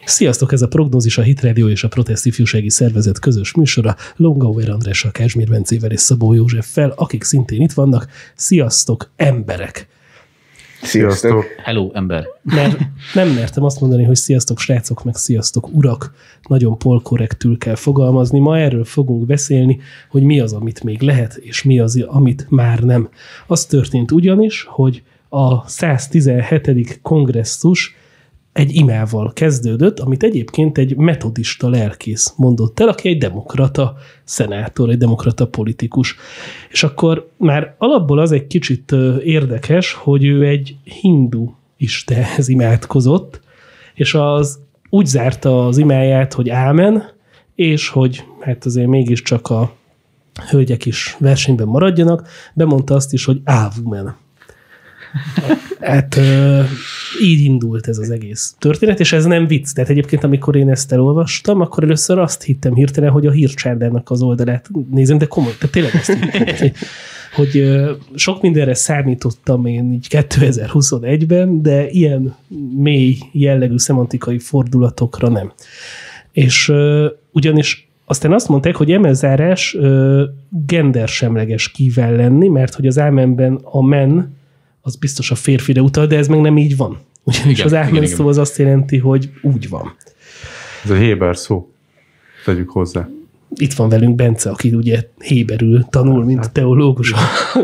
Sziasztok, ez a Prognózis, a Hit Radio és a Protest Ifjúsági Szervezet közös műsora Longauer Andrással, Kázsmér Bencével és Szabó Józseffel, akik szintén itt vannak. Sziasztok, emberek! Sziasztok! Hello, ember! Mert nem mertem azt mondani, hogy sziasztok, srácok, meg sziasztok, urak. Nagyon polkorrektül kell fogalmazni. Ma erről fogunk beszélni, hogy mi az, amit még lehet, és mi az, amit már nem. Az történt ugyanis, hogy a 117. kongresszus egy imával kezdődött, amit egyébként egy metodista lelkész mondott el, aki egy demokrata szenátor, egy demokrata politikus. És akkor már alapból az egy kicsit érdekes, hogy ő egy hindu istenhez imádkozott, és az úgy zárta az imáját, hogy ámen, és hogy hát azért mégiscsak a hölgyek is versenyben maradjanak, bemondta azt is, hogy ávumen. Hát így indult ez az egész történet, és ez nem vicc. Tehát egyébként, amikor én ezt elolvastam, akkor először azt hittem hirtelen, hogy a hírcsárdának az oldalát nézem, de komoly, tehát tényleg azt hittem, hogy sok mindenre számítottam én így 2021-ben, de ilyen mély jellegű szemantikai fordulatokra nem. És ugyanis aztán azt mondták, hogy emelzárás gendersemleges kíván lenni, mert hogy az ámenben a men az biztos a férfire utal, de ez meg nem így van. Ugyanis az ámen szó az azt jelenti, hogy úgy van. Ez a héber szó. Tegyük hozzá. Itt van velünk Bence, aki ugye héberül tanul, mint teológus.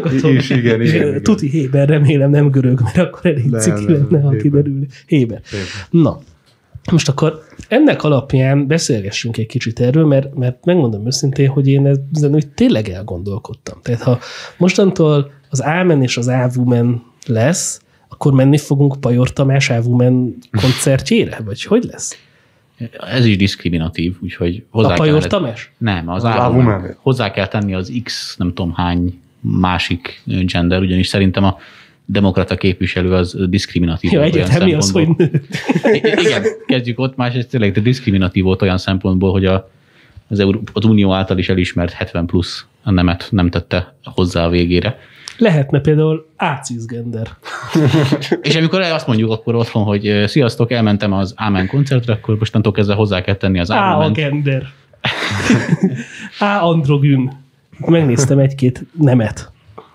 Igen. Tuti héber, remélem nem görög, mert akkor elég ciki lenne, ha kiderül. Héber. Na, most akkor ennek alapján beszélgessünk egy kicsit erről, mert megmondom őszintén, hogy én ezen úgy tényleg elgondolkodtam. Tehát ha mostantól az ámen és az ávumen lesz, akkor menni fogunk Pajor Tamás ávumen koncertjére? Vagy hogy lesz? Ez is diszkriminatív, úgyhogy hozzá a Pajor Tamás? Nem, az ávumen. Hozzá kell tenni az X nem tudom hány másik gender, ugyanis szerintem a demokrata képviselő az diszkriminatív. Ja, egyáltalán mi az, hogy nő? Igen, kezdjük ott, másrészt tényleg de diszkriminatív volt olyan szempontból, hogy az Unió által is elismert 70 plusz a nemet nem tette hozzá a végére. Lehetne például cisgender. És amikor azt mondjuk akkor otthon, hogy sziasztok, elmentem az Ámen koncertre, akkor mostantól kezdve hozzá kell tenni az áment. Gender. Androgyn. Megnéztem egy-két nemet.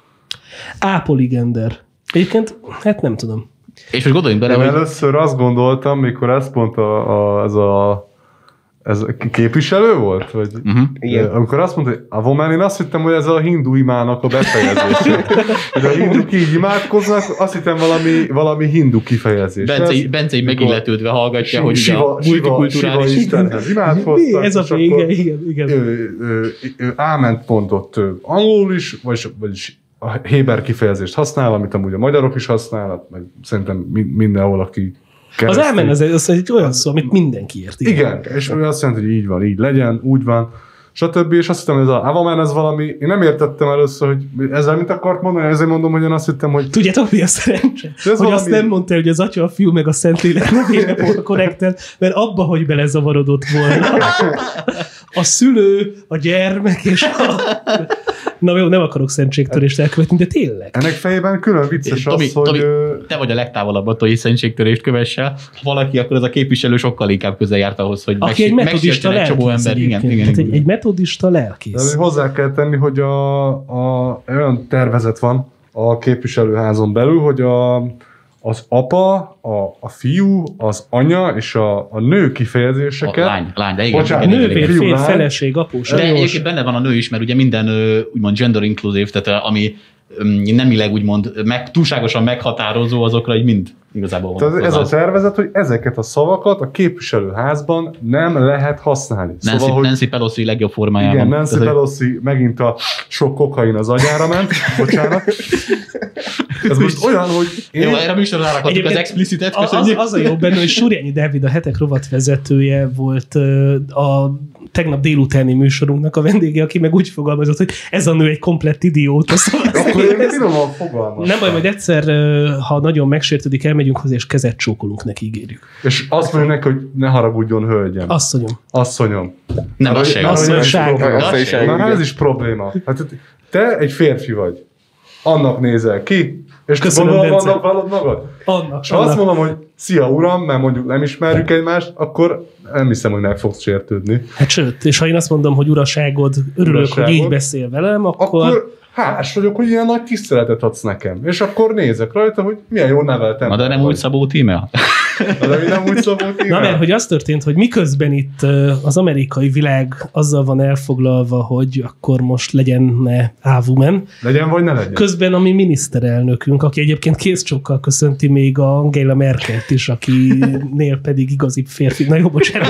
Poligender. Egyébként, hát nem tudom. És most gondoljunk bele, hogy... Először azt gondoltam, mikor ezt mondta ez képviselő volt? Vagy, amikor azt mondta, hogy Avomen, én azt hittem, hogy ez a hindu imának a befejezése. Hogy a hinduk így imádkoznak, azt hittem valami hindu kifejezés. Bence megilletődve hallgatja, hogy a multikulturális istenhez imádkoztak. Ez a vége, igen. Ő áment mondott angolul is, vagyis a héber kifejezést használ, amit amúgy a magyarok is használnak, meg szerintem mindenhol, aki keresztény. Az ámen az egy olyan szó, amit mindenki ért. Igen, és azt jelenti, hogy így van, így legyen, úgy van, stb. És azt hittem, hogy az Avomen ez valami, én nem értettem először, hogy ezzel mit akart mondani, ezért mondom, hogy én azt hittem, hogy... Tudjátok, mi a szerencse? Hogy valami... azt nem mondta, hogy az Atya, a Fiú, meg a Szentlélek nevére volt korrekten, mert abba, hogy belezavarodott volna. A szülő, a gyermek és a... Na jó, nem akarok szentségtörést elkövetni, de tényleg. Ennek fejében külön vicces Tomi, te vagy a legtávolabb attól, hogy szentségtörést kövessel. Ha valaki, akkor az a képviselő sokkal inkább közel járt ahhoz, hogy megsértsen egy csomó ember. Igen. Egy metodista lelkész. De hozzá kell tenni, hogy olyan tervezet van a képviselőházon belül, hogy az apa, a fiú, az anya és a nő kifejezéseket. A lány, de igen. Bocsánat, nővér, férj, feleség, após. De egyébként benne van a nő is, mert ugye minden úgymond gender inclusive, tehát ami nemileg úgymond túlságosan meghatározó, azokra így mind igazából van. Tehát ez a tervezet, hogy ezeket a szavakat a képviselőházban nem lehet használni. Nancy Pelosi legjobb formájában. Igen, Nancy Pelosi megint a sok kokain az agyára ment. Bocsánat. Ez most olyan, hogy... Jó, erre a műsorra rakadtuk az explicitet, köszönjük. Az a jó benne, hogy Súrjányi Dávid, a Hetek rovatvezetője volt a tegnap délutáni műsorunknak a vendége, aki meg úgy fogalmazott, hogy ez a nő egy komplett idióta. Akkor én finoman fogalmaztam. Nem baj, majd egyszer, ha nagyon megsértődik, elmegyünk hozzá, és kezet csókolunk neki, ígérjük. És azt mondjuk neki, hogy ne haragudjon, hölgyem. Asszonyom. Nem, az se. Ez is probléma. Hát te egy férfi vagy. Annak nézel ki, És köszönöm, Bence. Annak vallod magad? Annak. És ha azt mondom, hogy szia uram, mert mondjuk nem ismerjük egymást, akkor nem hiszem, hogy meg fogsz sértődni. Hát sőt, és ha én azt mondom, hogy uraságod, örülök, hogy így beszél velem, akkor hálás vagyok, hogy ilyen nagy tiszteletet adsz nekem. És akkor nézek rajta, hogy milyen jól neveltem. Na de nem úgy Szabó Tíme? Na, mert hogy az történt, hogy miközben itt az amerikai világ azzal van elfoglalva, hogy akkor most legyen-e ávumen. Legyen vagy ne legyen. Közben a mi miniszterelnökünk, aki egyébként kézcsókkal köszönti még a Angela Merkelt is, akinél pedig igazi férfi. Na jó, bocsánat.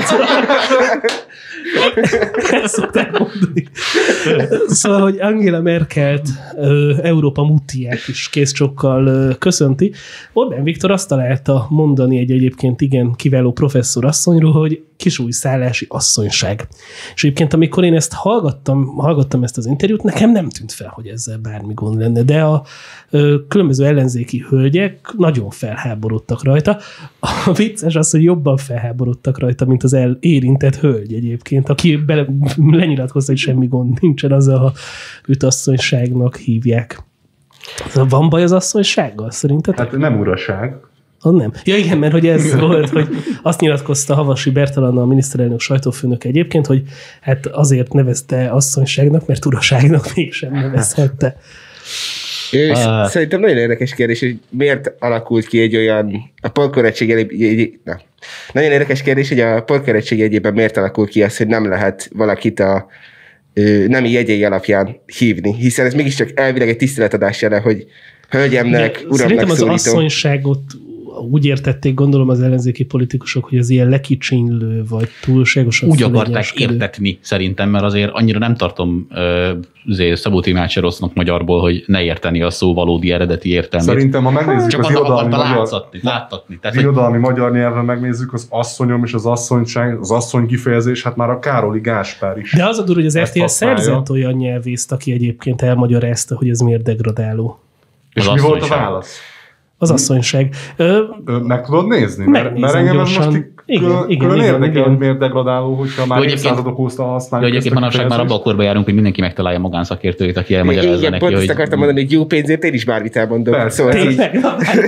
Ezt szokták mondani. Szóval, hogy Angela Merkelt, Európa mutiát is kézcsókkal köszönti. Orbán Viktor azt találta mondani egy egyébként igen kiváló professzor asszonyról, hogy kisújszállási asszonyság. És egyébként amikor én ezt hallgattam ezt az interjút, nekem nem tűnt fel, hogy ezzel bármi gond lenne, de a különböző ellenzéki hölgyek nagyon felháborodtak rajta. A vicces az, hogy jobban felháborodtak rajta, mint az érintett hölgy egyébként, aki lenyilatkozta, hogy semmi gond nincsen azzal, ha őt asszonyságnak hívják. Van baj az asszonysággal szerintetek? Hát nem uraság. Nem. Ja igen, mert hogy ez volt, hogy azt nyilatkozta Havasi Bertalan, a miniszterelnök sajtófőnök egyébként, hogy hát azért nevezte asszonyságnak, mert uraságnak mégsem nevezhette. És szerintem nagyon érdekes kérdés, hogy miért alakult ki egy olyan, a polkorrektség nagyon érdekes kérdés, hogy a polkorrektség jegyében miért alakul ki az, hogy nem lehet valakit a nemi jegyei alapján hívni, hiszen ez mégiscsak elvileg egy tiszteletadás jele, hogy hölgyemnek, uramnak szerintem az szólítom. asszonyságot úgy értették, gondolom az ellenzéki politikusok, hogy ez ilyen lekicsinylő, vagy túlságosan úgy akarták értetni szerintem, mert azért annyira nem tartom Szabó Tímát se rossznak magyarból, hogy ne érteni a szó valódi eredeti értelmét. Szerintem, ha megnézzük csak az irodalmi magyar nyelven megnézzük, az asszonyom és az asszonyság, az asszony kifejezés, hát már a Károli Gáspár is. De az a durva, hogy az RTL szerzett olyan nyelvészt, aki egyébként elmagyarázta, hogy ez miért degradáló. És mi volt a válasz? Az asszonyság. Meg tudod nézni? Mert engem ez most külön érdekel, hogy miért degradáló, hogyha már évszázadok óta használjuk. Egyébként manapság már abba a korba járunk, hogy mindenki megtalálja magánszakértőjét, aki elmagyarázza neki, pont ezt akartam mondani, hogy jó pénzért én is bármit elmondok. Tényleg?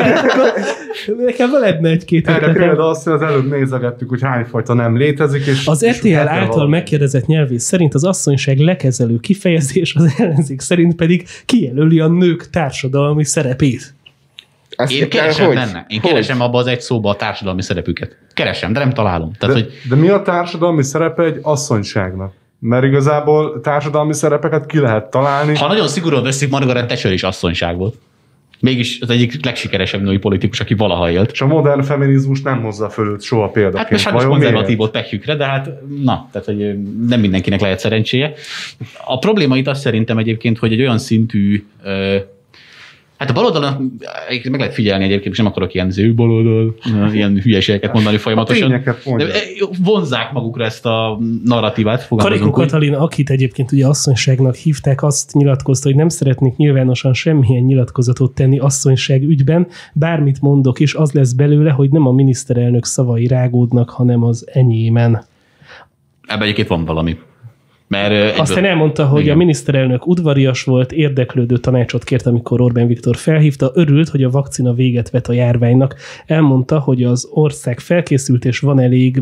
Nekem lehetne egy-két ötletem. Erre például azt, hogy az előbb nézegettük, hogy hányfajta nem létezik. És az RTL által megkérdezett nyelvész szerint az asszonyság lekezelő kifejezés, az ellenzék szerint pedig kijelöli a nők társadalmi szerepét. Én keresem benne. Én keresem abba az egy szóba a társadalmi szerepüket. Keresem, de nem találom. Tehát, de mi a társadalmi szerepe egy asszonyságnak? Mert igazából társadalmi szerepeket ki lehet találni. Ha nagyon szigorúan veszik, Margaret Thatcher is asszonyság volt. Mégis az egyik legsikeresebb női politikus, aki valaha élt. És a modern feminizmus nem hozza föl őt soha példaként. Hát most sajnos konzervatívot pekjükre, de hát tehát hogy nem mindenkinek lehet szerencséje. A probléma itt az szerintem egyébként, hogy egy olyan szintű hát a baloldalon meg lehet figyelni egyébként, és nem akarok ilyen baloldal, ilyen hülyeségeket mondani folyamatosan. Vonzzák magukra ezt a narratívát. Karikó Katalin, akit egyébként ugye asszonyságnak hívták, azt nyilatkozta, hogy nem szeretnék nyilvánosan semmilyen nyilatkozatot tenni asszonyság ügyben. Bármit mondok is, az lesz belőle, hogy nem a miniszterelnök szavai rágódnak, hanem az enyémen. Ebben egyébként van valami. Aztán elmondta, hogy igen. A miniszterelnök udvarias volt, érdeklődő tanácsot kért, amikor Orbán Viktor felhívta, örült, hogy a vakcina véget vet a járványnak. Elmondta, hogy az ország felkészült, és van elég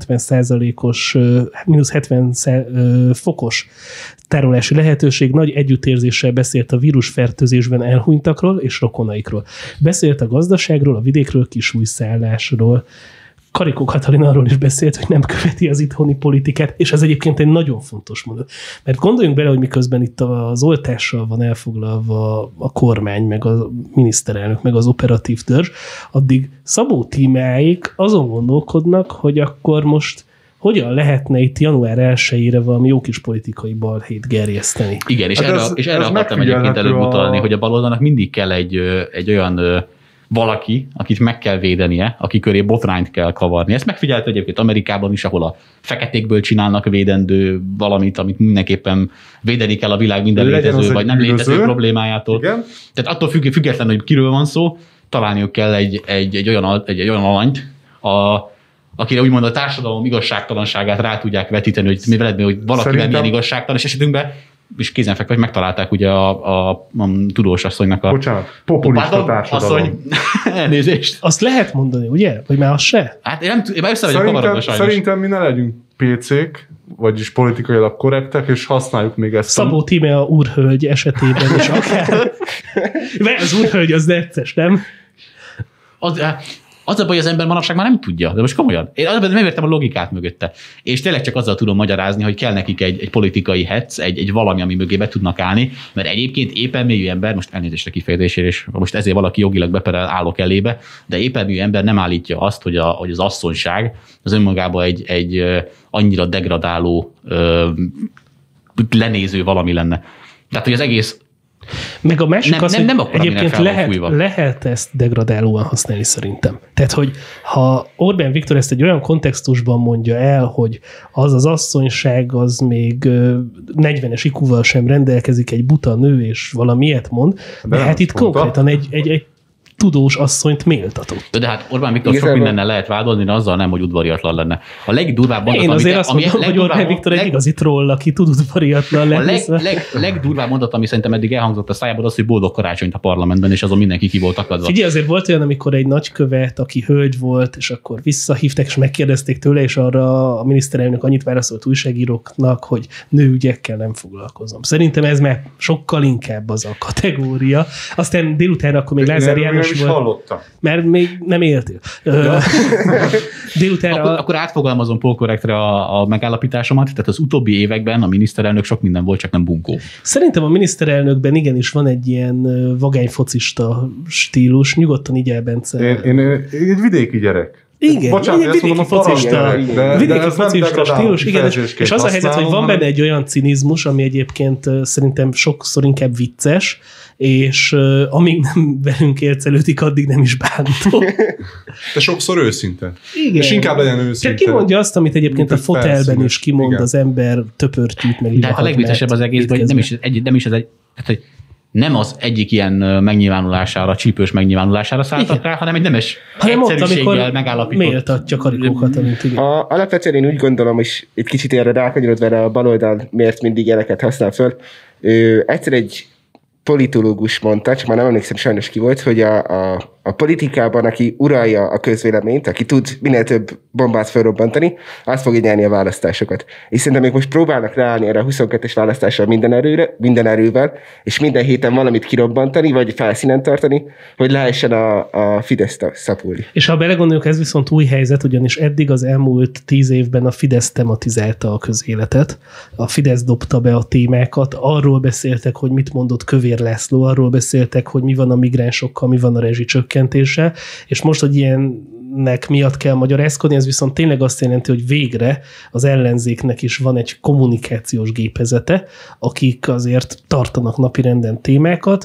-70 fokos tárolási lehetőség. Nagy együttérzéssel beszélt a vírusfertőzésben elhunytakról és rokonaikról. Beszélt a gazdaságról, a vidékről, kisújszállásról. Karikó Katalin arról is beszélt, hogy nem követi az itthoni politikát, és ez egyébként egy nagyon fontos mondat. Mert gondoljunk bele, hogy miközben itt az oltással van elfoglalva a kormány, meg a miniszterelnök, meg az operatív törzs, addig Szabó Tímeáik azon gondolkodnak, hogy akkor most hogyan lehetne itt január 1-ére valami jó kis politikai balhét gerjeszteni. Igen, és erre akartam egyébként előbb utalni, hogy a baloldalnak mindig kell egy olyan valaki, akit meg kell védenie, aki köré botrányt kell kavarni. Ezt megfigyelte egyébként Amerikában is, ahol a feketékből csinálnak védendő valamit, amit mindenképpen védeni kell a világ minden létező, vagy nem létező problémájától. Igen. Tehát attól függetlenül, hogy kiről van szó, találniuk kell egy olyan alanyt, akire úgymond a társadalom igazságtalanságát rá tudják vetíteni, hogy mi veled, hogy valakivel milyen igazságtalan, és esetünkben és kézenfekvő, hogy megtalálták ugye a tudós asszonynak a... Bocsánat, populista társadalom. Elnézést. Azt lehet mondani, ugye? Vagy már az se? Hát én már össze vagyok kavarodva sajnos. Szerintem mi ne legyünk PC-k, vagyis politikailag korrektek, és használjuk még ezt. Szabó Tímea úrhölgy esetében is akár. Mert az úrhölgy az necces, nem? Az a baj, az ember manapság már nem tudja, de most komolyan. Én nem értem a logikát mögötte. És tényleg csak azzal tudom magyarázni, hogy kell nekik egy politikai hetsz, egy valami, ami mögé be tudnak állni, mert egyébként épelmélyű ember, most elnézést a kifejezésére, és most ezért valaki jogilag beperel, állok elébe, de épelmélyű ember nem állítja azt, hogy az asszonyság az önmagában egy annyira degradáló, lenéző valami lenne. Tehát, hogy az egész meg a másik az, nem hogy egyébként lehet ezt degradálóan használni szerintem. Tehát, hogy ha Orbán Viktor ezt egy olyan kontextusban mondja el, hogy az asszonyság az még 40-es IQ-val sem rendelkezik, egy buta nő, és valami ilyet mond, de hát itt konkrétan egy tudós asszonyt méltatott. De hát Orbán Viktor sok mindennel lehet vádolni, de azzal nem, hogy udvariatlan lenne. A legdurvább mondat, én azért azt mondom, hogy Orbán Viktor egy igazi troll, aki tud udvariatlan lenni. A legdurvább mondat, ami szerintem eddig elhangzott a szájából, az, hogy boldog karácsonyt a parlamentben, és azon mindenki ki volt akadva. Figyelj, azért volt olyan, amikor egy nagykövet, aki hölgy volt, és akkor visszahívták, és megkérdezték tőle, és arra a miniszterelnök annyit válaszolt újságíróknak, hogy nőügyekkel nem foglalkozom. Szerintem ez már sokkal inkább az a kategória. Aztán délután akkor még Lázár János is hallottam. Mert még nem éltél. Ja. Akkor átfogalmazom polkorrektre a megállapításomat, tehát az utóbbi években a miniszterelnök sok minden volt, csak nem bunkó. Szerintem a miniszterelnökben igenis van egy ilyen vagány focista stílus, nyugodtan így el, Bence. Én egy vidéki gyerek. Igen, bocsánat, ezt mondom, vidéki focista stílus, igen, és az a helyzet, hogy van benne egy olyan cinizmus, ami egyébként szerintem sokszor inkább vicces, és amíg nem velünk élcelődik, addig nem is bántó. De sokszor őszinte. Igen. És inkább legyen őszinte. Csak kimondja azt, amit egyébként a fotelben is kimond, igen. Az ember töpörtyűt, meg. De hát a legviccesebb az egész, hogy nem is ez egy, hogy nem az egyik ilyen megnyilvánulására, csípős megnyilvánulására szálltak rá, hanem egy nemes egyszerűséggel megállapított. Méltatja karikókat, amint igen. Alapvetően én úgy gondolom, és egy kicsit erre rákanyarodva, erre a baloldal miért mindig ilyeneket használ föl. Egyszer egy politológus mondta, csak már nem emlékszem sajnos ki volt, hogy a politikában, aki uralja a közvéleményt, aki tud minél több bombát felrobbantani, az fogja nyerni a választásokat. És szerintem még most próbálnak ráállni erre a 22-es választásra minden erővel, és minden héten valamit kirobbantani, vagy felszínen tartani, hogy lehessen a Fideszt szapulni. És ha belegondoljuk, ez viszont új helyzet, ugyanis eddig az elmúlt 10 évben a Fidesz tematizálta a közéletet, a Fidesz dobta be a témákat, arról beszéltek, hogy mit mondott Kövér László, arról beszéltek, hogy mi van a migránsokkal, mi van a rezsicsökkentéssel, és most, hogy ilyennek miatt kell magyarázkodni, ez viszont tényleg azt jelenti, hogy végre az ellenzéknek is van egy kommunikációs gépezete, akik azért tartanak napirenden témákat,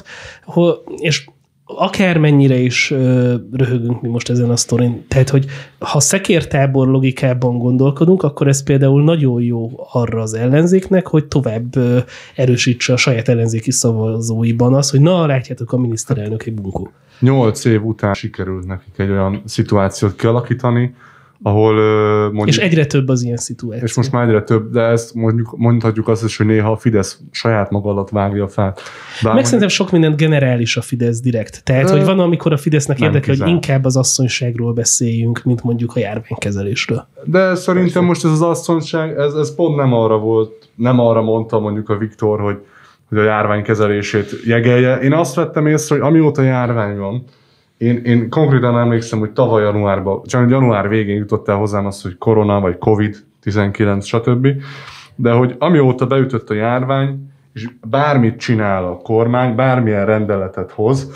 és akármennyire is röhögünk mi most ezen a sztorin. Tehát, hogy ha szekértábor logikában gondolkodunk, akkor ez például nagyon jó arra az ellenzéknek, hogy tovább erősítse a saját ellenzéki szavazóiban az, hogy na, látjátok, a miniszterelnök egy bunkó. 8 év után sikerült nekik egy olyan szituációt kialakítani, ahol mondjuk... És egyre több az ilyen szituáció. És most már egyre több, de ezt mondhatjuk azt is, hogy néha a Fidesz saját maga alatt vágja fel. Meg szerintem sok mindent generális a Fidesz direkt. Tehát, hogy van, amikor a Fidesznek érdekel, hogy inkább az asszonyságról beszéljünk, mint mondjuk a járványkezelésről. De szerintem most ez az asszonyság, ez pont nem arra volt, nem arra mondta mondjuk a Viktor, hogy a járványkezelését jegelje. Én azt vettem észre, hogy amióta járvány van, én konkrétan emlékszem, hogy tavaly januárban, csak január végén jutott el hozzám az, hogy korona, vagy Covid-19, stb. De hogy amióta beütött a járvány, és bármit csinál a kormány, bármilyen rendeletet hoz,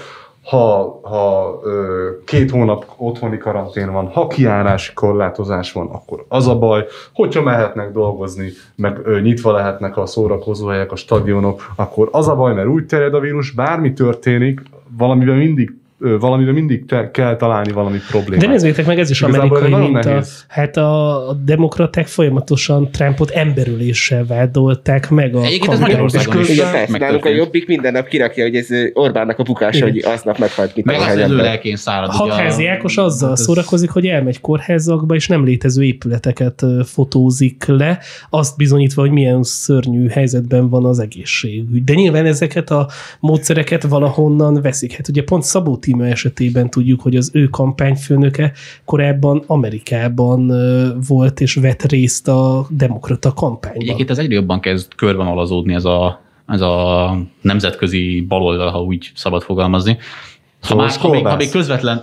ha 2 hónap otthoni karantén van, ha kijárási korlátozás van, akkor az a baj, hogyha mehetnek dolgozni, meg nyitva lehetnek a szórakozóhelyek, a stadionok, akkor az a baj, mert úgy terjed a vírus, bármi történik, valamivel mindig valamivel mindig kell találni valami problémát. De nézzétek meg, ez is amerikai minta. Hát a demokraták folyamatosan Trumpot emberöléssel vádolták meg a Egyébként ez Magyarországon is. Igen, persze, nálunk a Jobbik minden nap kirakja, hogy ez Orbánnak a bukása, hogy aznap meghalt mit. Meg az ő lelkén szárad. Hatházi Ákos azzal szórakozik, hogy elmegy kórházakba, és nem létező épületeket fotózik le, azt bizonyítva, hogy milyen szörnyű helyzetben van az egészségügy. De nyilván ezeket a módszereket valahonnan veszik. Hát ugye pont Szabó Tímea esetében tudjuk, hogy az ő kampányfőnöke korábban Amerikában volt, és vett részt a demokrata kampányban. Egyébként ez egyre jobban kezd körvonalazódni ez a nemzetközi baloldal, ha úgy szabad fogalmazni. Ha még közvetlen...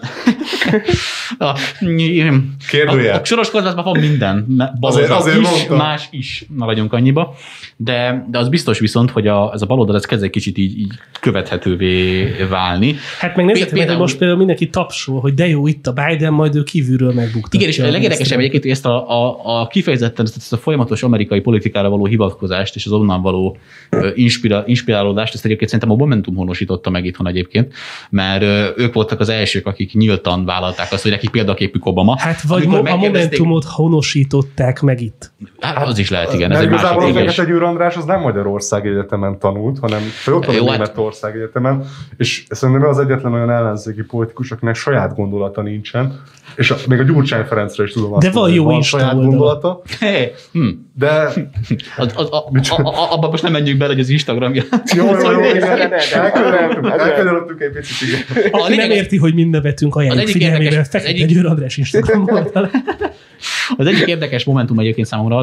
A soros kozászban van minden. Baloldal is, más is, maradjunk annyiba. De az biztos viszont, hogy ez a baloldal kezd egy kicsit így követhetővé válni. Hát meg nézzétek, hogy most például mindenki tapsol, hogy de jó, itt a Biden, majd ő kívülről megbuktatja. Igen, és a legérdekesebb egyébként, hogy ezt a kifejezetten ezt a folyamatos amerikai politikára való hivatkozást és az onnan való inspirálódást, ezt egyébként szerintem a Momentum honosította meg itthon egyébként, mert ők voltak az elsők, akik nyíltan vállalták azt, hogy nekik példaképük Obama. Hát vagy a Momentumot honosították meg itt. Hát az is lehet, igen. Ez egy másik. András az nem Magyarország Egyetemen tanult, hanem ott a Németország Egyetemen, és szerintem az egyetlen olyan ellenzéki politikus, akinek saját gondolata nincsen, és még a Gyurcsány Ferencre is tudom azt, de van jó saját gondolata. De... Abba most nem menjünk bele, hogy az Instagramja. Jó, elkanyarodtunk egy picit, igen. Nem érti, hogy mind nevetünk ajánljuk figyelmével Fekete Győr András Instagram oldalán. Az egyik érdekes momentum egyébként számomra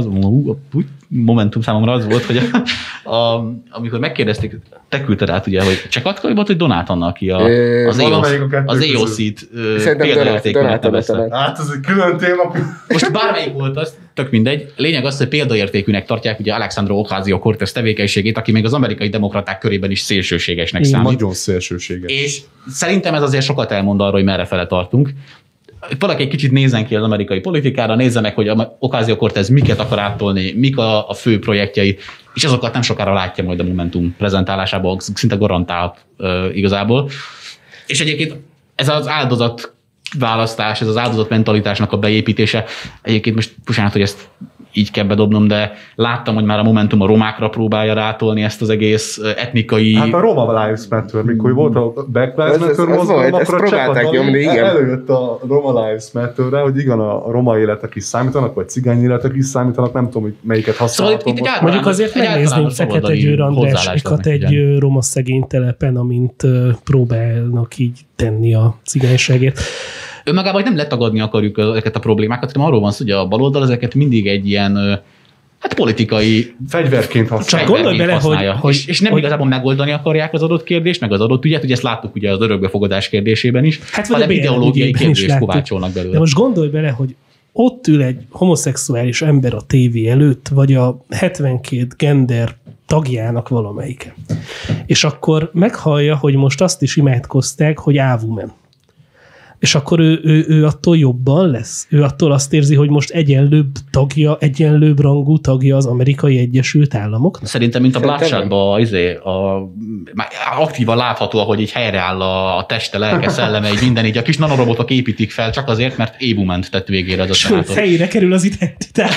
az volt, hogy amikor megkérdezték, te küldted át ugye, hogy Csekatkai volt, hogy Donát Anna, aki az EOC-t példaértékűnek nevezte. Hát ez egy külön téma. Most bármelyik volt az, tök mindegy. Lényeg az, hogy példaértékűnek tartják ugye Alexandra Ocasio-Cortez tevékenységét, aki még az amerikai demokraták körében is szélsőségesnek számít. Nagyon szélsőséges. És szerintem ez azért sokat elmond arról, hogy merre fele tartunk. Valaki egy kicsit nézzen ki az amerikai politikára, nézze meg, hogy Ocasio-Cortez miket akar áttolni, mik a fő projektjei, és azokat nem sokára látja majd a Momentum prezentálásában, szinte garantált igazából. És egyébként ez az áldozatválasztás, ez az áldozatmentalitásnak a beépítése, egyébként most bocsánat, hogy ezt így kell bedobnom, de láttam, hogy már a Momentum a romákra próbálja rátolni ezt az egész etnikai... Hát a Roma Lives Matter, mikor volt a Black Lives Matter mozgalom, akkor a csapat előjött a Roma Lives Matterre, hogy igen, a roma életek is számítanak, vagy cigány életek is számítanak, nem tudom, hogy melyiket használhatom. Szóval mondjuk azért megnézném Fekete Győr Andrásikat egy roma szegény telepen, amint próbálnak így tenni a cigányságért. Önmagában nem letagadni akarjuk ezeket a problémákat, hanem arról van szó, hogy a baloldal ezeket mindig egy ilyen politikai fegyverként használja. Csak gondolj bele, és nem igazából megoldani akarják az adott kérdést, meg az adott ügyet, ugye ezt láttuk ugye az örökbefogadás kérdésében is, hanem ideológiai kérdést kovácsolnak belőle. De most gondolj bele, hogy ott ül egy homoszexuális ember a tévé előtt, vagy a 72 gender tagjának valamelyike. És akkor meghallja, hogy most azt is imádkozták, hogy ávumen. És akkor ő attól jobban lesz? Ő attól azt érzi, hogy most egyenlőbb rangú tagja az Amerikai Egyesült Államoknak? Szerintem, mint a Bloodshotban aktívan látható, ahogy így helyreáll a teste, lelke, szelleme, így minden, így a kis nanorobotok építik fel, csak azért, mert Évumant tett végére az a szenátor. Helyére kerül az identitás.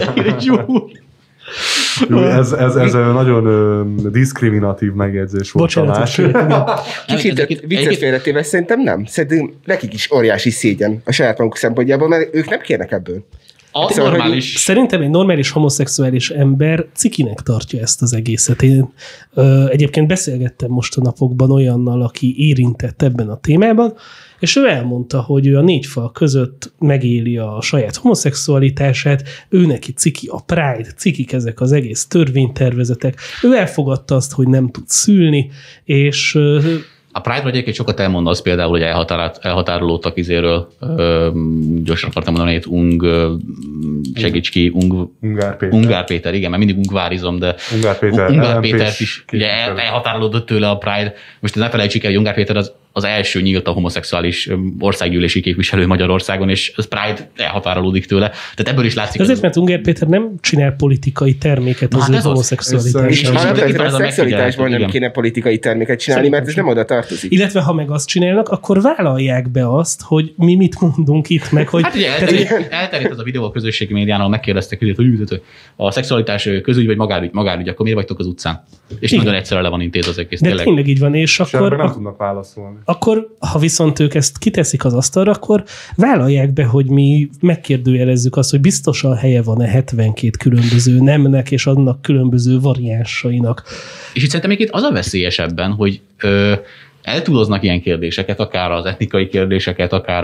Ez nagyon diszkriminatív megjegyzés volt. Bocsánat. Kicsit viccet félretéve szerintem nem. Szerintem nekik is óriási szégyen a saját maguk szempontjából, mert ők nem kérnek ebből. Szerintem egy normális homoszexuális ember cikinek tartja ezt az egészet. Én egyébként beszélgettem most a napokban olyannal, aki érintett ebben a témában, és ő elmondta, hogy ő a 4 fal között megéli a saját homoszexualitását, ő neki ciki a Pride, cikik ezek az egész törvénytervezetek, ő elfogadta azt, hogy nem tud szülni, és... A Pride-ról egyébként sokat elmond az például, hogy elhatárolódtak izéről, gyorsan akartam mondani, egy segíts ki, Ungár Péter, igen, mert mindig ungvárizom, de Ungár Pétert is ugye elhatárolódott tőle a Pride. Most ne felejtsük el, hogy Ungár Péter az első nyílt a homoszexuális országgyűlési képviselő Magyarországon, és az Pride elhatárolódik tőle. Tehát ebből is látszik. Azért, mert Ungár Péter nem csinál politikai terméket az ő homoszexualitásban. A szexualitásban nem kéne politikai terméket csinálni, mert ez nem oda tartozik. Illetve ha meg azt csinálnak, akkor vállalják be azt, hogy mi mit mondunk itt, meg hogy... Hát ugye elterjedt az a videó a közösségi médiánál, megkérdeztek, hogy a szexualitás közügy vagy magánügy, akkor miért vagytok az utcán? És igen. Nagyon egyszerre le van intéz az egész. De tényleg így van, és akkor... nem tudnak válaszolni. Akkor, ha viszont ők ezt kiteszik az asztalra, akkor vállalják be, hogy mi megkérdőjelezzük azt, hogy biztosan helye van-e 72 különböző nemnek és annak különböző variánsainak. És itt szerintem itt az a veszélyesebben, hogy eltúloznak ilyen kérdéseket, akár az etnikai kérdéseket, akár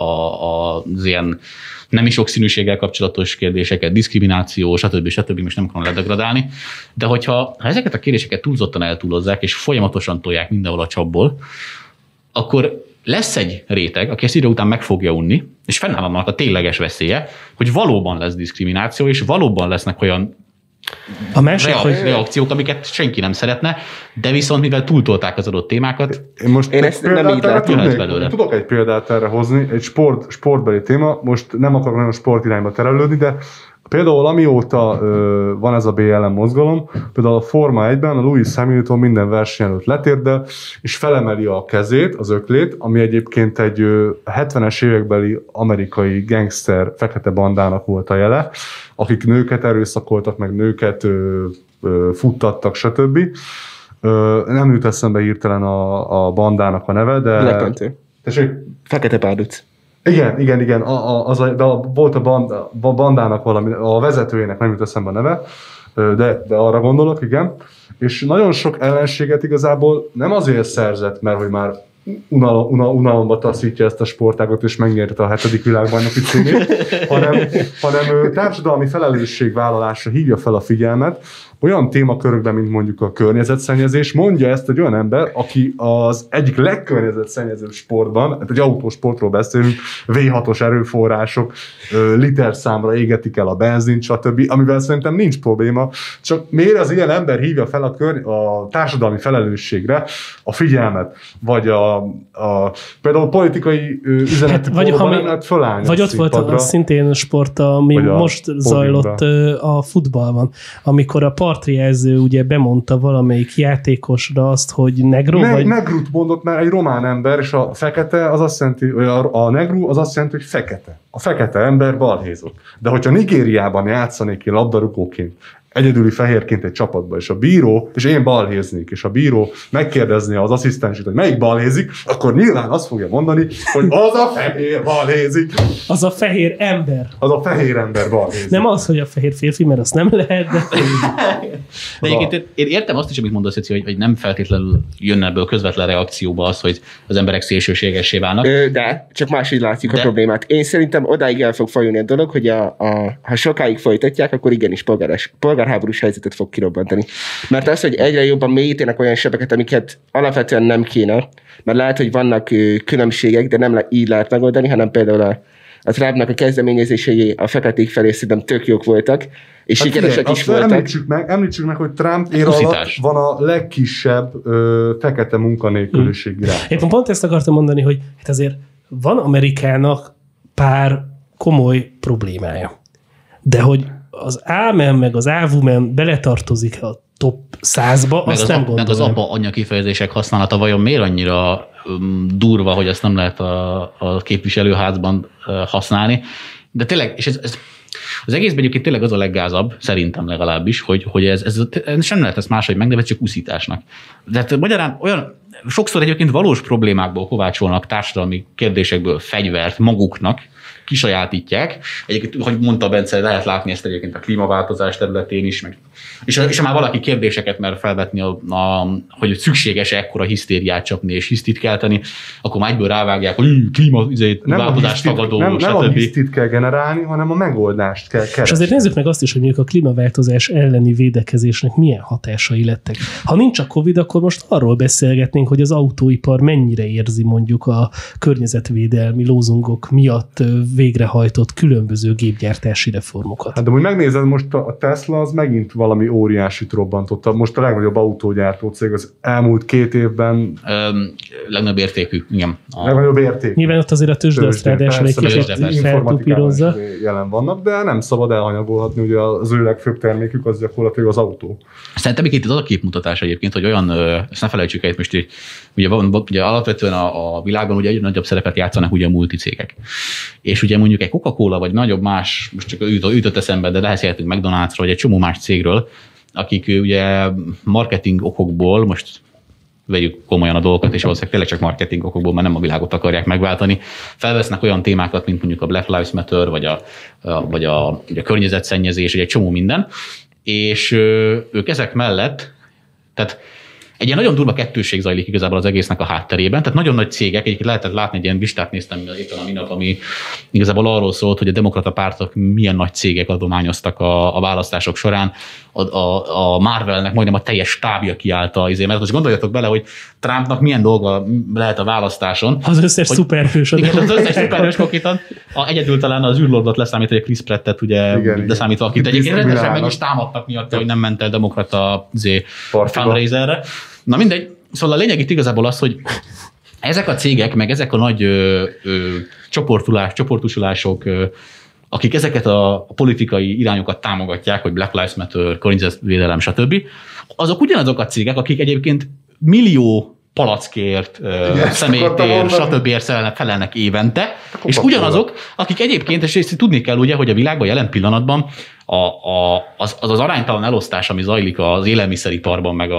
az ilyen nemi sokszínűséggel kapcsolatos kérdéseket, diszkrimináció, stb. Most nem akarom ledegradálni, de ha ezeket a kérdéseket túlzottan eltúlozzák, és folyamatosan tolják mindenhol a csapból, akkor lesz egy réteg, aki ezt idő után meg fogja unni, és fennáll annak a tényleges veszélye, hogy valóban lesz diszkrimináció, és valóban lesznek olyan reakciók, amiket senki nem szeretne, de viszont mivel túltolták az adott témákat, én ezt nem így látom. Tudok egy példát erre hozni, egy sportbeli téma, most nem akarok nagyon sportirányba terelődni, de például amióta van ez a BLM mozgalom, például a Forma 1-ben a Lewis Hamilton minden verseny előtt letérdel, és felemeli a kezét, az öklét, ami egyébként egy 70-es évekbeli amerikai gangster fekete bandának volt a jele, akik nőket erőszakoltak, meg nőket futtattak, stb. Nem jut eszembe hirtelen a bandának a neve, de... Black Panther. Fekete párduc. Igen. De volt a bandának valami, a vezetőjének nem jut eszembe a neve, de arra gondolok, igen. És nagyon sok ellenséget igazából nem azért szerzett, mert hogy már unalomba taszítja ezt a sportágot, és megnyerte a 7. világbajnoki címét, hanem társadalmi felelősségvállalásra hívja fel a figyelmet, olyan témakörökben, mint mondjuk a környezetszennyezés, mondja ezt egy olyan ember, aki az egyik legkörnyezetszennyezőbb sportban, hát egy autósportról beszélünk, V6-os erőforrások, literszámra égetik el a benzint, stb., amivel szerintem nincs probléma, csak miért az ilyen ember hívja fel a társadalmi felelősségre a figyelmet, vagy például politikai üzenetű fölállni. Vagy ott volt szintén sport, ami most zajlott a futballban, amikor a partrijelző ugye bemondta valamelyik játékosra azt, hogy negro vagy... Negrut mondott, mert egy román ember, és a fekete az azt jelenti, a negru az azt jelenti, hogy fekete. A fekete ember balhézott. De hogyha Nigériában játszanék én labdarúgóként, egyedüli fehérként egy csapatba, és a bíró, és én balhéznék, és a bíró megkérdezné az asszisztensét, hogy melyik balhézik, akkor nyilván azt fogja mondani, hogy az a fehér balhézik. Az a fehér ember. Az a fehér ember balhézik. Nem az, hogy a fehér férfi, mert azt nem lehet, de... De egyébként én értem azt is, amit mondasz, hogy nem feltétlenül jönne ebből közvetlen reakcióba az, hogy az emberek szélsőségessé válnak. De csak máshogy látjuk a problémát. Én szerintem odáig el fog fajulni a dolog, hogy ha sokáig folytatják, akkor igenis polgárháborús helyzetet fog kirobbantani. Mert az, hogy egyre jobban mélyítenek olyan sebeket, amiket alapvetően nem kéne, mert lehet, hogy vannak különbségek, de nem így lehet megoldani, hanem például a Trumpnak a kezdeményezései a feketék felé szerintem tök jók voltak, és sikeresek is voltak. Említsük meg, hogy Trump ér alatt van a legkisebb fekete munkanélküliség irány. Éppen pont ezt akartam mondani, hogy hát azért van Amerikának pár komoly problémája. De hogy az A-men meg az A-woman beletartozik a top 100-ba, azt nem gondolom. Meg az apa-anya kifejezések használata vajon miért annyira durva, hogy ezt nem lehet a képviselőházban használni. De tényleg, és ez az egészben egyébként tényleg az a leggázabb, szerintem legalábbis, hogy ez sem lehet ezt máshogy megnevezni, csak uszításnak. De hát magyarán olyan, sokszor egyébként valós problémákból kovácsolnak társadalmi kérdésekből fegyvert maguknak, kisajátítják. Egyébként, hogy mondta Bence, lehet látni ezt egyébként a klímaváltozás területén is, és már valaki kérdéseket mer felvetni, hogy szükséges-e ekkora hisztériát csapni és hisztit kelteni, akkor már egyből rávágják, hogy klímaváltozás tagadó, nem a hisztit kell generálni, hanem a megoldást kell keresni. És azért nézzük meg azt is, hogy mondjuk a klímaváltozás elleni védekezésnek milyen hatásai lettek. Ha nincs a Covid, akkor most arról beszélgetnénk, beszélnénk, hogy az autóipar mennyire érzi mondjuk a környezetvédelmi lózungok miatt végrehajtott különböző gépgyártási reformokat. Hát de úgy megnézed, most a Tesla az megint valami óriásit robbantotta. Most a legnagyobb autógyártó cég az elmúlt 2 évben. Legnagyobb értékű, igen. Legnagyobb értékű. Nyilván ott azért a tőzsde azt ráadásul egy kicsit feltupírozza. Jelen vannak, de nem szabad elhanyagolhatni, ugye az ő legfőbb termékük az gyakorlatilag az autó. Szerintem itt az a képmutatás egyébként, hogy olyan, ezt ne felejtsük el, most ugye alapvetően a világban ugye egy nagyobb szerepet játszanak ugye a multicégek. És ugye mondjuk egy Coca-Cola, vagy nagyobb más, most csak ütött eszembe, de beszélhetünk McDonald'sról, vagy egy csomó más cégről, akik ugye marketing okokból, most vegyük komolyan a dolgokat, és valószínűleg tényleg csak marketing okokból, mert nem a világot akarják megváltani, felvesznek olyan témákat, mint mondjuk a Black Lives Matter, vagy a környezetszennyezés, vagy egy csomó minden, és ők ezek mellett, tehát egy ilyen nagyon durva kettősség zajlik igazából az egésznek a hátterében, tehát nagyon nagy cégek, egyébként lehetett látni, egy ilyen listát néztem éppen a minap, ami igazából arról szólt, hogy a demokrata pártok milyen nagy cégek adományoztak a választások során. A Marvelnek majdnem a teljes stábja kiállt mert most gondoljatok bele, hogy Trumpnak milyen dolga lehet a választáson. Az összes szuperhős. Igen, az összes szuperhős konkrétan. Egyedül talán az űrlordot leszámítva, hogy a Chris Prattet ugye leszámítva, akit egyébként rendesen meg is támadtak miatt, hogy nem ment el demokrata fundraiserre. Na mindegy, szóval a lényeg itt igazából az, hogy ezek a cégek, meg ezek a nagy csoportosulások, akik ezeket a politikai irányokat támogatják, hogy Black Lives Matter, környezetvédelem, stb., azok ugyanazok a cégek, akik egyébként millió palackért, szemétért, stb. Felelnek évente, és ugyanazok, akik egyébként, és ezt tudni kell ugye, hogy a világban jelen pillanatban az aránytalan elosztás, ami zajlik az élelmiszeriparban, meg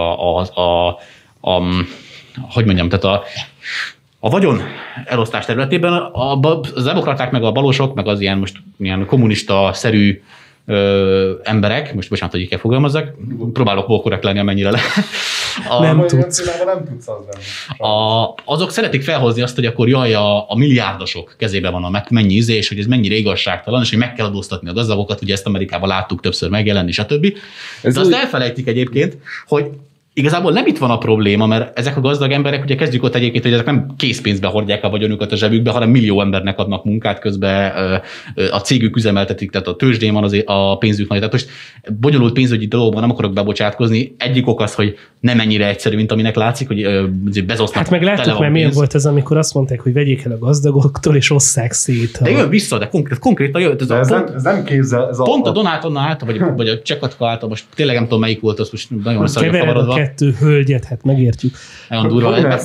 hogy mondjam, tehát a vagyon elosztás területében az demokraták, meg a balosok, meg az ilyen kommunista-szerű emberek, most bocsánat, hogy így kell fogalmazzak, próbálok volkorrekt lenni, amennyire lehet. Nem tudsz az nem. Azok szeretik felhozni azt, hogy akkor jaj, a milliárdosok kezében van a mennyi és hogy ez mennyire igazságtalan, és hogy meg kell adóztatni a gazdagokat, ugye ezt Amerikában láttuk többször megjelenni, stb. De azt elfelejtik egyébként, hogy igazából nem itt van a probléma, mert ezek a gazdag emberek, ugye kezdjük ott egyébként, hogy ezek nem készpénzbe hordják a vagyonukat a zsebükbe, hanem millió embernek adnak munkát, közben a cégük üzemeltetik, tehát a tőzsdén van a pénzük nagy. Tehát most bonyolult pénzügyi dologban nem akarok bebocsátkozni. Egyik ok az, hogy nem ennyire egyszerű, mint aminek látszik, hogy Bezosznak. Hát meg láttuk, mert milyen volt ez, amikor azt mondták, hogy vegyék el a gazdagoktól, és osszák szét. De jön vissza, de konkrétan jön. Ez nem kézzel. Pont a Donátonna által, vagy a Csekatka által, most tényleg nem tudom melyik volt, az most nagyon össze kettő hölgyet, hát megértjük. Nagyon durva.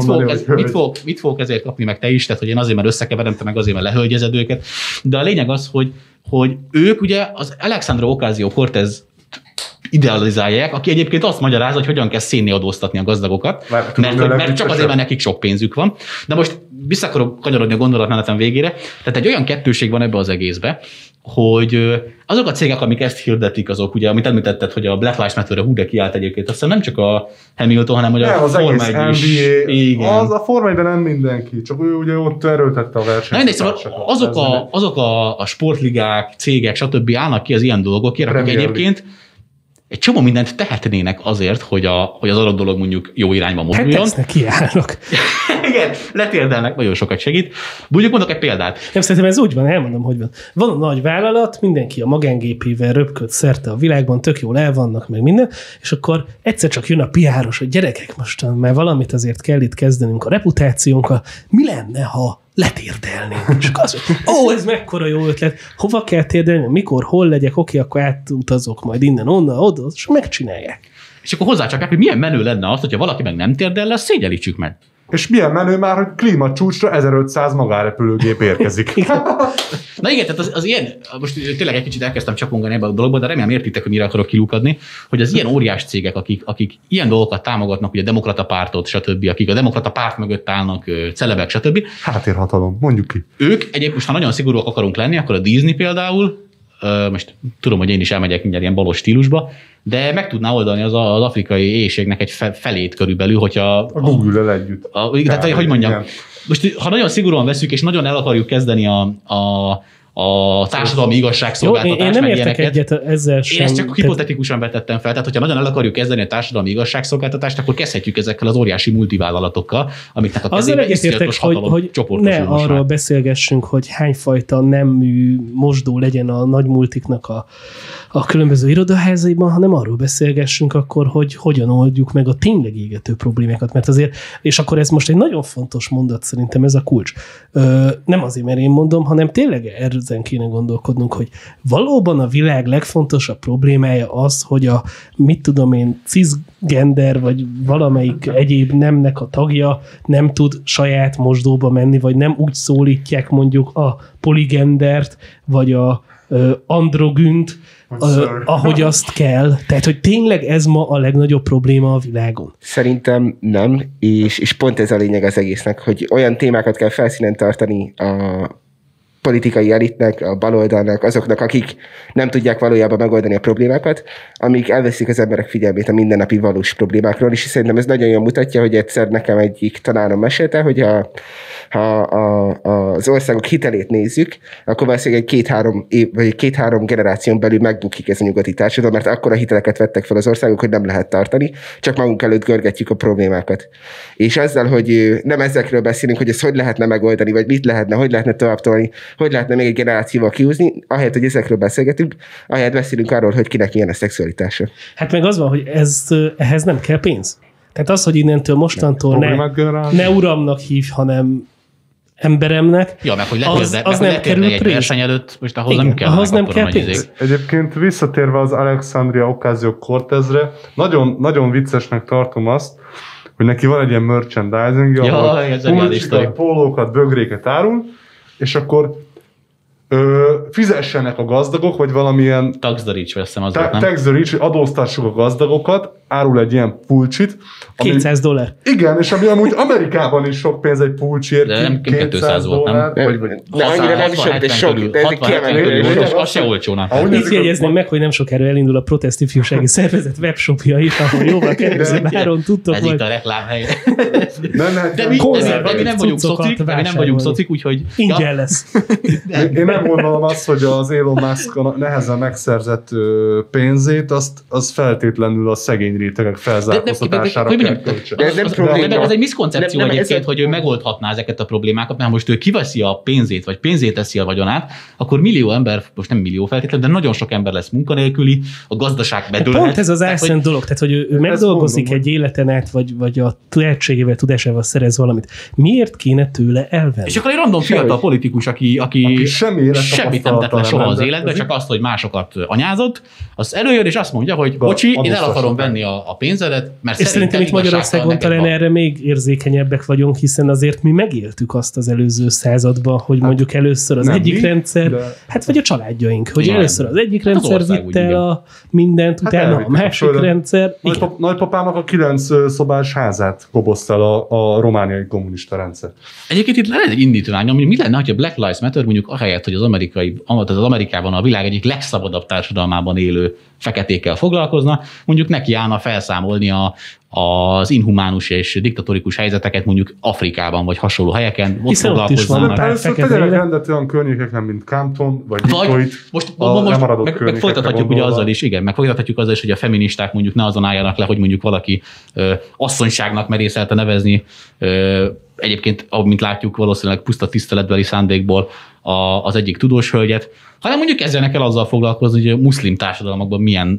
Mit fogok ezért kapni, meg te is, tehát hogy én azért, mert összekeverem, te meg azért, mert lehölgyezed őket. De a lényeg az, hogy ők ugye az Alexandra Ocasio-Cortez idealizálják, aki egyébként azt magyarázza, hogy hogyan kell szénné adóztatni a gazdagokat, mert csak azért, mert nekik sok pénzük van. De most vissza akarok kanyarodni a gondolatmenetem végére. Tehát egy olyan kettőség van ebbe az egészbe, hogy azok a cégek, amik ezt hirdetik, azok ugye, amit említetted, hogy a Black Lives Matter-re hú de kiállt egyébként, aztán nem csak a Hamilton, hanem hogy a Forma 1 is. Igen. Az a Forma 1-ben nem mindenki, csak ő ugye ott erőltette a versenyt. Szóval azok a sportligák, cégek, stb. Állnak ki az ilyen dolgokért, akik egyébként egy csomó mindent tehetnének azért, hogy az adott dolog mondjuk jó irányba mozduljon. Hát tesznek, kiállnak. Igen, letérdelnek, nagyon sokat segít. Mondjuk mondok egy példát. Nem, szerintem ez úgy van, elmondom, hogy van. Van a nagy vállalat, mindenki a magángépével röpköd szerte a világban, tök jól el vannak, meg minden, és akkor egyszer csak jön a PR-os, hogy gyerekek, most már valamit azért kell itt kezdenünk a reputációnkkal. Mi lenne, ha letérdelnénk? És az, ez mekkora jó ötlet. Hova kell térdelni, mikor, hol legyek, oké, akkor átutazok majd innen, onnan, oda, és megcsinálják. És akkor hozzácsapják, hogy milyen menő lenne az, hogyha valaki meg nem térdel le, szégyelítsük meg. És milyen menő már, hogy klímacsúcsra 1500 magárepülőgép érkezik. Na igen, tehát az ilyen, most tényleg egy kicsit elkezdtem csapongani ebbe a dologba, de remélem értitek, hogy mire akarok kilukadni, hogy az ilyen óriás cégek, akik ilyen dolgokat támogatnak, ugye a demokrata pártot, stb., akik a demokrata párt mögött állnak, celebek, stb. Háttérhatalom, mondjuk ki. Ők egyébként most, ha nagyon szigorúak akarunk lenni, akkor a Disney például, most tudom, hogy én is elmegyek mindjárt ilyen balos stílusba, de meg tudná oldani az afrikai éhségnek egy felét körülbelül, hogyha... A Google-el együtt. Tehát, hogy mondjam, igen. Most ha nagyon szigorúan veszük, és nagyon el akarjuk kezdeni a társadalmi igazságszolgáltatást. Én nem értek egyet ezzel sem. Én ezt csak hipotetikusan vetettem fel. Tehát, hogyha nagyon el akarjuk kezdeni a társadalmi igazságszolgáltatást, akkor kezdhetjük ezekkel az óriási multivállalatokkal, amiknek a kezében iszonyatos hatalom csoportosul. Ne arról beszélgessünk, hogy hányfajta nemű mosdó legyen a nagy multiknak a különböző irodaházaiban, hanem arról beszélgessünk akkor, hogy hogyan oldjuk meg a tényleg égető problémákat. Mert azért, és akkor ez most egy nagyon fontos mondat, szerintem ez a kulcs. Nem azért, mert én mondom, hanem tényleg ezen kéne gondolkodnunk, hogy valóban a világ legfontosabb problémája az, hogy a, mit tudom én, cisgender, vagy valamelyik egyéb nemnek a tagja nem tud saját mosdóba menni, vagy nem úgy szólítják mondjuk a poligendert, vagy a androgünt, ahogy azt kell. Tehát, hogy tényleg ez ma a legnagyobb probléma a világon? Szerintem nem, és pont ez a lényeg az egésznek, hogy olyan témákat kell felszínen tartani a politikai elitnek, a baloldalnak, azoknak, akik nem tudják valójában megoldani a problémákat, amik elveszik az emberek figyelmét a mindennapi valós problémákról, és szerintem ez nagyon jól mutatja, hogy egyszer nekem egyik tanárom mesélte, hogy ha az országok hitelét nézzük, akkor valószínűleg két-három generáción belül megbukik ez a nyugati társadalom, mert akkora hiteleket vettek fel az országok, hogy nem lehet tartani, csak magunk előtt görgetjük a problémákat. És azzal, hogy nem ezekről beszélünk, hogy ezt hogy lehetne megoldani, vagy mit lehetne, hogy lehetne tovább tolni, hogy lehetne még egy generációval kiúzni, ahelyett, hogy ezekről beszélgetünk, ahelyett beszélünk arról, hogy kinek milyen a szexualitása. Hát meg az van, hogy ehhez nem kell pénz. Tehát az, hogy innentől mostantól ne uramnak hív, hanem emberemnek. Ja, meg hogy letérne egy verseny előtt, most ahhoz nem kell. Ahhoz nem kell pénz. Egyébként visszatérve az Alexandria Ocasio-Cortezre, nagyon, nagyon viccesnek tartom azt, hogy neki van egy ilyen merchandising, ahol pólókat, bögréket árul, és akkor fizessenek a gazdagok, vagy valamilyen tax the rich, veszem az volt, nem? Tax the rich, adóztassuk a gazdagokat, árul egy ilyen pulcsit. $200. Igen, és ami amúgy Amerikában is sok pénz egy pulcsért. De nem 200 volt, nem? De annyira nem sok, de sok. De ez egy kiemelkedő. Az se olcsóna. Itt jegyezném meg, hogy nem sokára elindul a Protest Ifjúsági Szervezet webshopja is, ahol jóval kedvezőbb áron tudtok majd. Ez itt a reklámhely. De mi nem vagyunk szocik, úgyhogy... Ingyen lesz. Én nem gondolom azt, hogy az Elon Musk nehezen megszerzett pénzét, az feltétlenül a szegény rétegek felzárkóztatására kell költse. De ez egy miszkoncepció egyébként, hogy ő megoldhatná ezeket a problémákat, mert most ő kiveszi a pénzét, vagy pénzét teszi a vagyonát, akkor millió ember, most nem millió feltétlenül, de nagyon sok ember lesz munkanélküli, a gazdaság bedőlhet. Pont ez az álszent dolog, tehát hogy ő megdolgozik egy életen át, vagy a tehetségével, tudásával szerez valamit. Miért kéne tőle elvenni? És akkor egy random fiatal politikus, aki semmit nem tett le soha az életben, csak azt, hogy másokat anyázott, az előjön, és azt mondja, hogy bocsi, én el akarom venni a pénzedet, mert és szerintem itt Magyarországon talán erre még érzékenyebbek vagyunk, hiszen azért mi megéltük azt az előző században, hogy mondjuk először az egyik rendszer, vagy a családjaink, hogy először az egyik rendszer vitte el a mindent, utána a másik rendszer. Nagypapának a 9 szobás házát kobozta el a romániai kommunista rendszer. Egyébként itt lenne egy indítvány, ami mi lenne, hogy a Black Lives Matter mondjuk ahelyett, hogy az Amerikában a világ egyik legszabadabb társadalmában élő feketékkel foglalkozna, mondjuk neki állna felszámolni az inhumánus és diktatórikus helyzeteket mondjuk Afrikában, vagy hasonló helyeken. Hiszen ott is van pár fekete. Rendet olyan környékeken, mint Compton, vagy Detroit. Most folytathatjuk ugye azzal is, igen, folytathatjuk azzal is, hogy a feministák mondjuk ne azon álljanak le, hogy mondjuk valaki asszonyságnak merészelte nevezni, egyébként, mint látjuk, valószínűleg puszta tiszteletbeli szándékból az egyik tudós hölgyet, hanem mondjuk kezdjenek el azzal foglalkozni, hogy a muszlim társadalmakban milyen,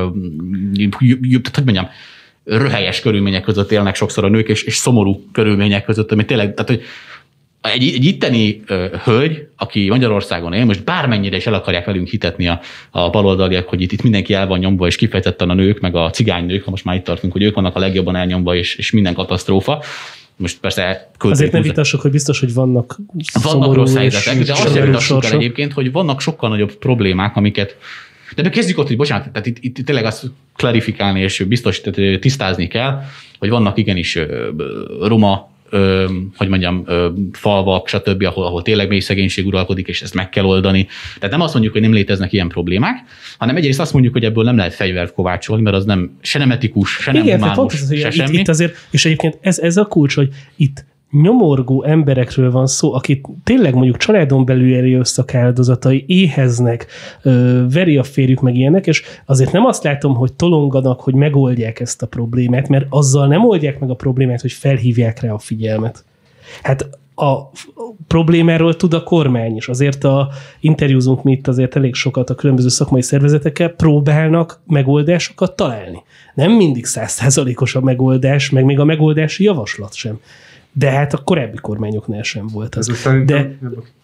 röhelyes körülmények között élnek sokszor a nők, és szomorú körülmények között, ami tényleg, tehát, hogy egy itteni hölgy, aki Magyarországon él, most bármennyire is el akarják velünk hitetni a baloldaliak, hogy itt mindenki el van nyomva, és kifejezetten a nők, meg a cigánynők, ha most már itt tartunk, hogy ők vannak a legjobban elnyomva, és minden katasztrófa. Most persze azért ne vitassuk, hogy biztos, hogy vannak rossz helyzetek, de azt sem vitassuk el egyébként, hogy vannak sokkal nagyobb problémák, amiket... De kezdjük ott, hogy bocsánat, tehát itt tényleg azt klarifikálni és biztos tisztázni kell, hogy vannak igenis roma, falvak, stb., ahol tényleg mély szegénység uralkodik, és ezt meg kell oldani. Tehát nem azt mondjuk, hogy nem léteznek ilyen problémák, hanem egyrészt azt mondjuk, hogy ebből nem lehet fegyvert kovácsolni, mert az nem se nem etikus, se nem humánus, se semmi. Itt azért, és egyébként ez a kulcs, hogy itt nyomorgó emberekről van szó, akik tényleg mondjuk családon belül erőszak áldozatai, éheznek, veri a férjük meg ilyenek, és azért nem azt látom, hogy tolonganak, hogy megoldják ezt a problémát, mert azzal nem oldják meg a problémát, hogy felhívják rá a figyelmet. Hát a problémáról tud a kormány is. Azért interjúzunk mi itt azért elég sokat a különböző szakmai szervezetekkel, próbálnak megoldásokat találni. Nem mindig 100%-os a megoldás, meg még a megoldási javaslat sem. De hát a korábbi kormányoknál sem volt az. De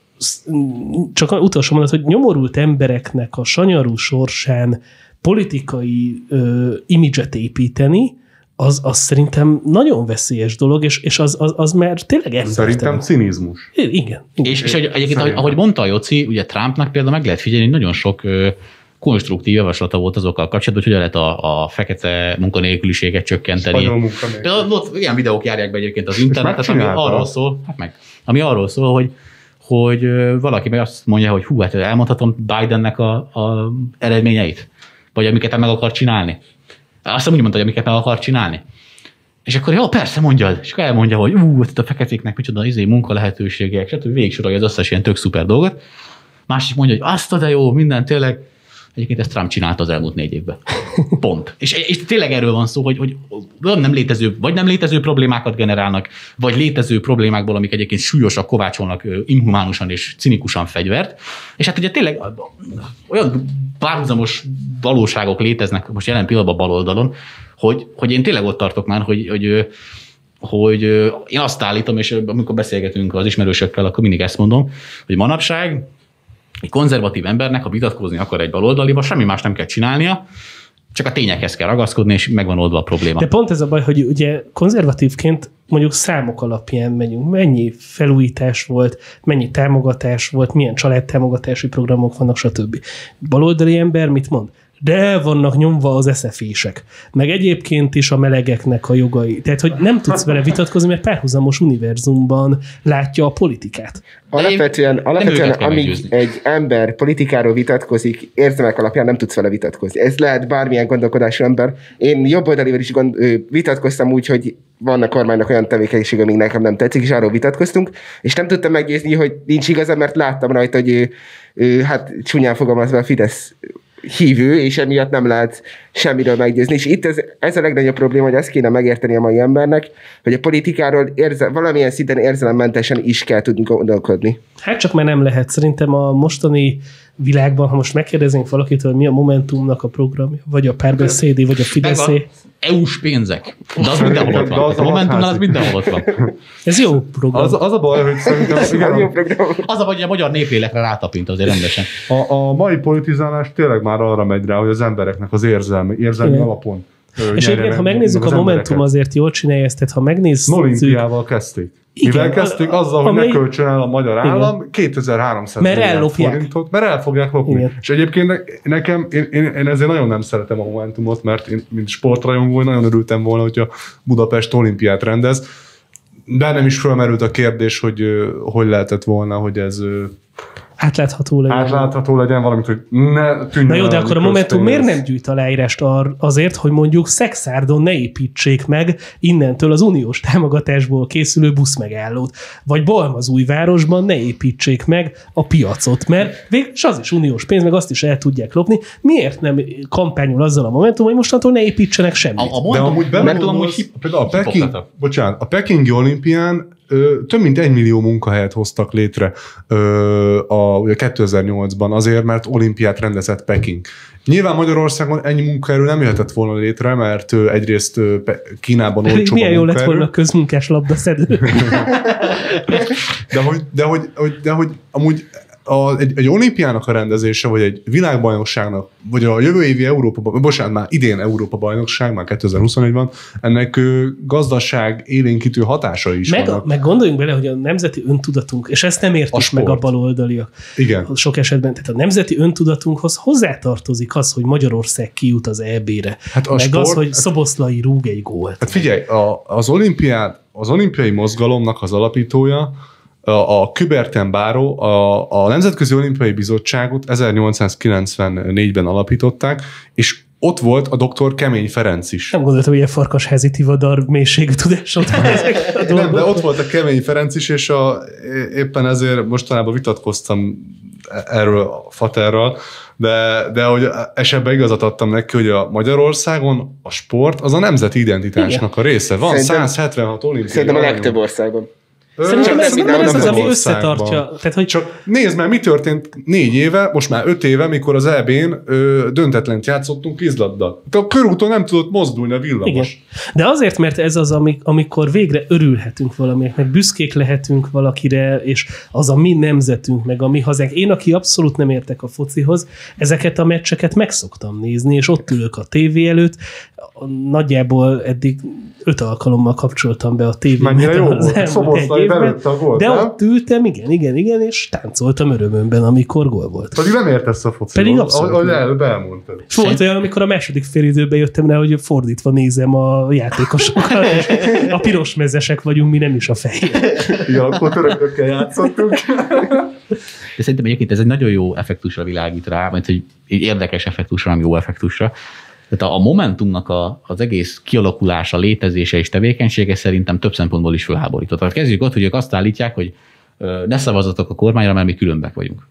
csak utolsó mondat, hogy nyomorult embereknek a sanyarú sorsán politikai imidzset építeni, az szerintem nagyon veszélyes dolog, és az már tényleg embertelen. Szerintem cinizmus. Igen. És egyébként, ahogy mondta a Joci, ugye Trumpnak például meg lehet figyelni, hogy nagyon sok konstruktív javaslata volt azokkal kapcsolatban, hogy lehet a fekete munkanélküliséget csökkenteni. Például ott ilyen videók járják be egyébként az internetet, ami arról szól, hogy valaki meg azt mondja, hogy hú, hát elmondhatom Bidennek a eredményeit, vagy amiket meg akar csinálni. Azt úgy mondta, hogy amiket meg akar csinálni. És akkor jó, persze mondjad. És akkor elmondja, hogy a feketéknek micsoda munka lehetőségek, stb. Végig sorolja az összes ilyen tök szuper dolgot. Másik mondja, hogy azt de jó, minden tényleg. Egyébként ezt Trump csinálta az elmúlt 4 évben. Pont. És tényleg erről van szó, hogy nem létező problémákat generálnak, vagy létező problémákból, amik egyébként súlyosak, kovácsolnak inhumánusan és cinikusan fegyvert. És hát ugye tényleg olyan párhuzamos valóságok léteznek most jelen pillanatban baloldalon, hogy én tényleg ott tartok már, hogy én azt állítom, és amikor beszélgetünk az ismerősökkel, akkor mindig ezt mondom, hogy manapság egy konzervatív embernek, ha vitatkozni akar egy baloldaliba, semmi más nem kell csinálnia, csak a tényekhez kell ragaszkodni, és megvan oldva a probléma. De pont ez a baj, hogy ugye konzervatívként mondjuk számok alapján megyünk. Mennyi felújítás volt, mennyi támogatás volt, milyen családtámogatási programok vannak, stb. Baloldali ember mit mond? De vannak nyomva az SZF-sek. Meg egyébként is a melegeknek a jogai. Tehát, hogy nem tudsz vele vitatkozni, mert párhuzamos univerzumban látja a politikát. Alapvetően amíg egy ember politikáról vitatkozik, érzelmek alapján nem tudsz vele vitatkozni. Ez lehet bármilyen gondolkodású ember. Én jobboldalival is vitatkoztam úgy, hogy van a kormánynak olyan tevékenység, amíg nekem nem tetszik, és arról vitatkoztunk, és nem tudtam meggyőzni, hogy nincs igaza, mert láttam rajta, hogy ő hát csúnyán fogalmazva a Fidesz hívő, és emiatt nem lehet semmiről meggyőzni. És itt ez a legnagyobb probléma, hogy ezt kéne megérteni a mai embernek, hogy a politikáról valamilyen szinten érzelemmentesen is kell tudni gondolkodni. Hát csak már nem lehet. Szerintem a mostani világban, ha most megkérdeznénk valakitől, hogy mi a Momentumnak a programja, vagy a Párbeszédé, vagy a Fideszé. EU-s pénzek. De az mindenhol ott van. A Momentumnál az mindenhol ott van. Ez jó program. Az a baj, hogy szerintem... Az a baj, hogy a magyar néplélekre rátapint azért rendesen. A mai politizálás tényleg már arra megy rá, hogy az embereknek az érzelmi alapon. És egyébként, ha megnézzük, a Momentum azért jól csinálja ezt, tehát ha megnézzük... Olimpiával kezdték. Mivel kezdték? Azzal, hogy ne költsön el a magyar állam 2300 milliárd forintot, mert el fogják lopni. Igen. És egyébként nekem, én ezért nagyon nem szeretem a Momentumot, mert én, mint sportrajongó, nagyon örültem volna, hogyha Budapest olimpiát rendez. De nem is fölmerült a kérdés, hogy lehetett volna, hogy ez... átlátható legyen valamit, hogy ne tűnjön. Na jó, de akkor a Momentum miért nem gyűjt aláírást azért, hogy mondjuk Szexárdon ne építsék meg innentől az uniós támogatásból készülő buszmegállót, vagy Balmazújvárosban ne építsék meg a piacot, mert végülis az is uniós pénz, meg azt is el tudják lopni. Miért nem kampányol azzal a Momentum, hogy mostantól ne építsenek semmit? De amúgy például a Pekingi olimpián több mint 1 millió munkahelyet hoztak létre ugye 2008-ban azért, mert olimpiát rendezett Peking. Nyilván Magyarországon ennyi munkaerő nem jöhetett volna létre, mert egyrészt Kínában olcsóbb a munkaerő. Milyen jó lett volna a közmunkás labdaszedő. de hogy amúgy egy olimpiának a rendezése, vagy egy világbajnokságnak, vagy a jövő évi idén Európa-bajnokság, már 2021-ban, ennek gazdaság élénkítő hatásai is vannak. Meg gondoljunk bele, hogy a nemzeti öntudatunk, és ezt nem értik meg a baloldaliak. Igen. Sok esetben. Tehát a nemzeti öntudatunkhoz hozzátartozik az, hogy Magyarország kijut az EB-re. Hát meg az, hogy Szoboszlai rúg egy gólt. Hát figyelj, az olimpiai mozgalomnak az alapítója, a Coubertin Baró, a Nemzetközi Olimpiai Bizottságot 1894-ben alapították, és ott volt a doktor Kemény Ferenc is. Nem gondoltam, hogy ilyen farkasházi tivadar mélységű tudásod van ezek a Nem, de ott volt a Kemény Ferenc is, és éppen ezért mostanában vitatkoztam erről a Faterral, de hogy esetben igazat adtam neki, hogy a Magyarországon a sport az a nemzeti identitásnak a része. Van 176 olimpiai. Szerintem a legtöbb országban. Szerintem ez az, ami összetartja. Tehát, hogy... Csak nézd meg, mi történt 4 éve, most már 5 éve, mikor az EB-n döntetlent játszottunk kézlabda. A körúton nem tudott mozdulni a villamos. Igen. De azért, mert ez az, amikor végre örülhetünk valaminek, meg büszkék lehetünk valakire, és az a mi nemzetünk, meg a mi hazánk. Én, aki abszolút nem értek a focihoz, ezeket a meccseket meg szoktam nézni, és ott ülök a tévé előtt. Nagyjából eddig 5 alkalommal kapcsoltam be a tévét. Mennyire jó volt? Szoboszlai belőtte a gólt, de nem? ott ültem, igen, és táncoltam örömömben, amikor gól volt. Pedig nem értesz a focihoz. Pedig abszolút. Ahogy előbb elmondtad. Volt olyan, amikor a második félidőben jöttem rá, hogy fordítva nézem a játékosokat, és a piros mezesek vagyunk, mi nem is a fehér. Ja, akkor törökökkel játszottunk. De szerintem egyébként ez egy nagyon jó effektusra világít rá, mert egy érdekes effektusra, nem jó effektusra. Tehát a Momentumnak az egész kialakulása, létezése és tevékenysége szerintem több szempontból is fölháborító. Tehát kezdjük ott, hogy ők azt állítják, hogy ne szavazatok a kormányra, mert mi különbek vagyunk.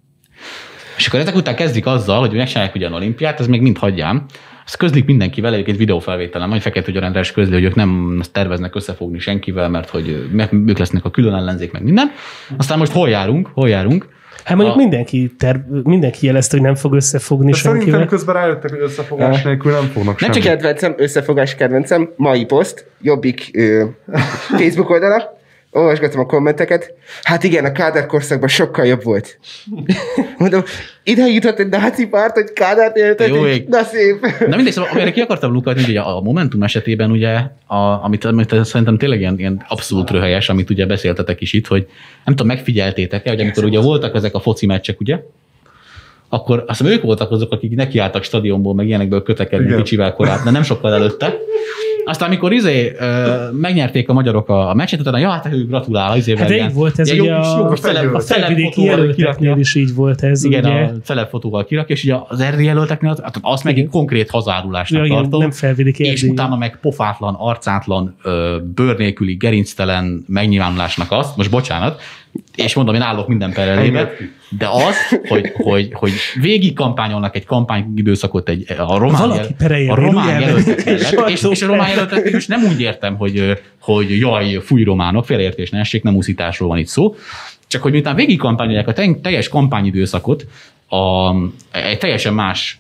És akkor ezek után kezdik azzal, hogy megcsinálják ugyan olimpiát, ez még mind hagyjám. Ezt közlik mindenkivel, egyébként videófelvételen, majd Fekete Győr András közli, hogy ők nem terveznek összefogni senkivel, mert hogy ők lesznek a külön ellenzék, meg minden. Aztán most hol járunk? Hát mondjuk mindenki jelezte, hogy nem fog összefogni de senkivel. Szerintem közben rájöttek, hogy összefogás nélkül nem fognak nem semmit. csak kedvencem, összefogás kedvencem, mai poszt, Jobbik Facebook oldala, olvasgatom a kommenteket. Hát igen, a Kádár korszakban sokkal jobb volt. Mondom, ide jutott egy náci párt, hogy Kádárt éltetik. Na szép. Na mindegy, szóval amire ki akartam lukadni, hogy a Momentum esetében ugye, amit szerintem tényleg ilyen abszolút röhelyes, amit ugye beszéltetek is itt, hogy nem tudom, megfigyeltétek-e, hogy amikor ugye voltak ezek a foci meccsek, ugye, akkor azt hiszem ők voltak azok, akik nekiálltak stadionból, meg ilyenekből kötekedni kicsivel korábban, de nem sokkal előtte. Aztán, amikor megnyerték a magyarok a meccset, utána, hát ők gratulál. Hát így volt ez, ugye a felvidéki jelölteknél is így volt ez. Igen, ugye? a celebfotóval kirakja, és ugye az erdélyi jelölteknél, azt meg egy konkrét hazárulásnak tartom. Nem felvidéki és utána meg pofátlan, arcátlan, bőr nélküli, gerinctelen megnyilvánulásnak azt, most bocsánat, és mondom, én állok minden per elébe, de az, hogy végig kampányolnak egy kampányidőszakot a román jelöltek mellett, és a román jelöltek most nem úgy értem, hogy jaj, fúj románok, félreértés ne essék, nem úszításról van itt szó, csak hogy miután végig kampányolják a teljes kampányidőszakot egy teljesen más